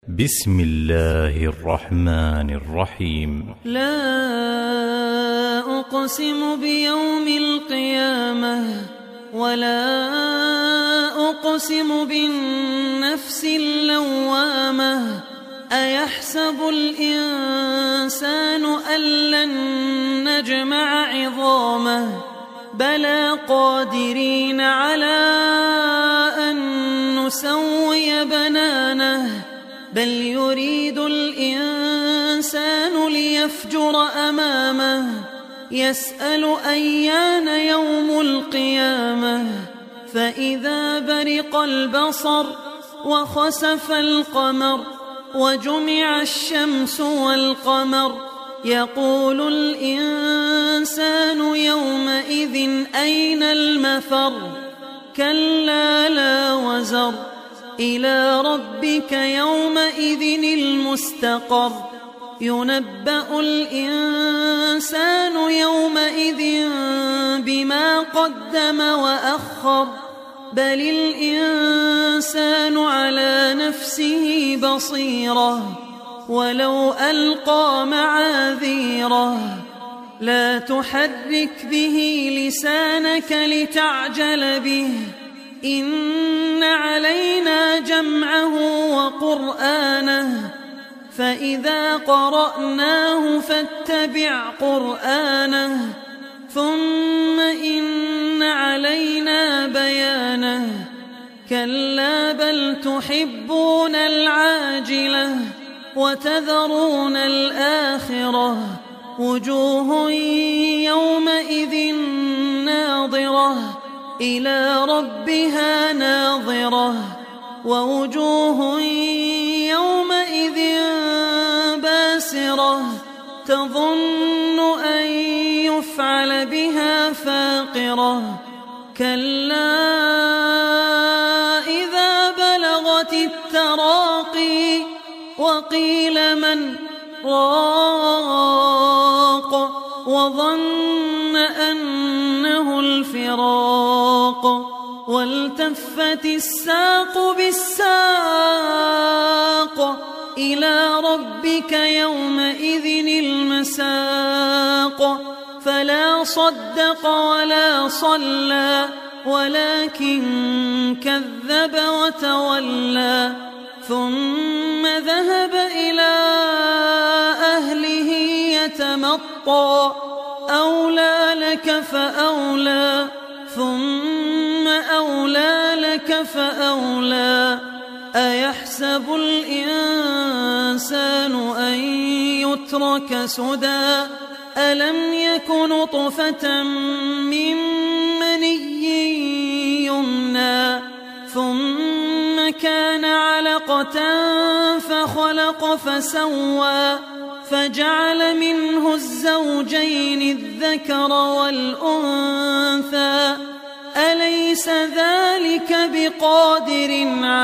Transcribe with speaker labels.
Speaker 1: بسم الله الرحمن الرحيم.
Speaker 2: لا أقسم بيوم القيامة ولا أقسم بالنفس اللوامة أيحسب الإنسان أن لن نجمع عظامه بلى قادرين على أن نسوي بنانه بل يريد الإنسان ليفجر أمامه يسأل أيان يوم القيامة فإذا برق البصر وخسف القمر وجمع الشمس والقمر يقول الإنسان يومئذ أين المفر كلا لا وزر إلى ربك يومئذ المستقر ينبأ الإنسان يومئذ بما قدم وأخر بل الإنسان على نفسه بصيرة ولو ألقى معاذيره لا تحرك به لسانك لتعجل به إن علينا جمعه وقرآنه فإذا قرأناه فاتبع قرآنه ثم إن علينا بيانه كلا بل تحبون العاجلة وتذرون الآخرة وجوه يومئذ ناظرة إلى ربها ناظرة ووجوه يومئذ باسرة تظن أن يفعل بها فاقرة كلا إذا بلغت التراقي وقيل من راق وظن أنه الفراق والتفت الساق بالساق إلى ربك يومئذ المساق فلا صدق ولا صلى ولكن كذب وتولى ثم ذهب إلى أهله يتمطى أولى لك فأولى ثم أولى لك فأولى أيحسب الإنسان أن يترك سدى ألم يك نطفة من مني يمنى ثم كان علقة فخلق فسوى فجعل منه الزوجين الذكر والأنثى أليس ذلك بقادر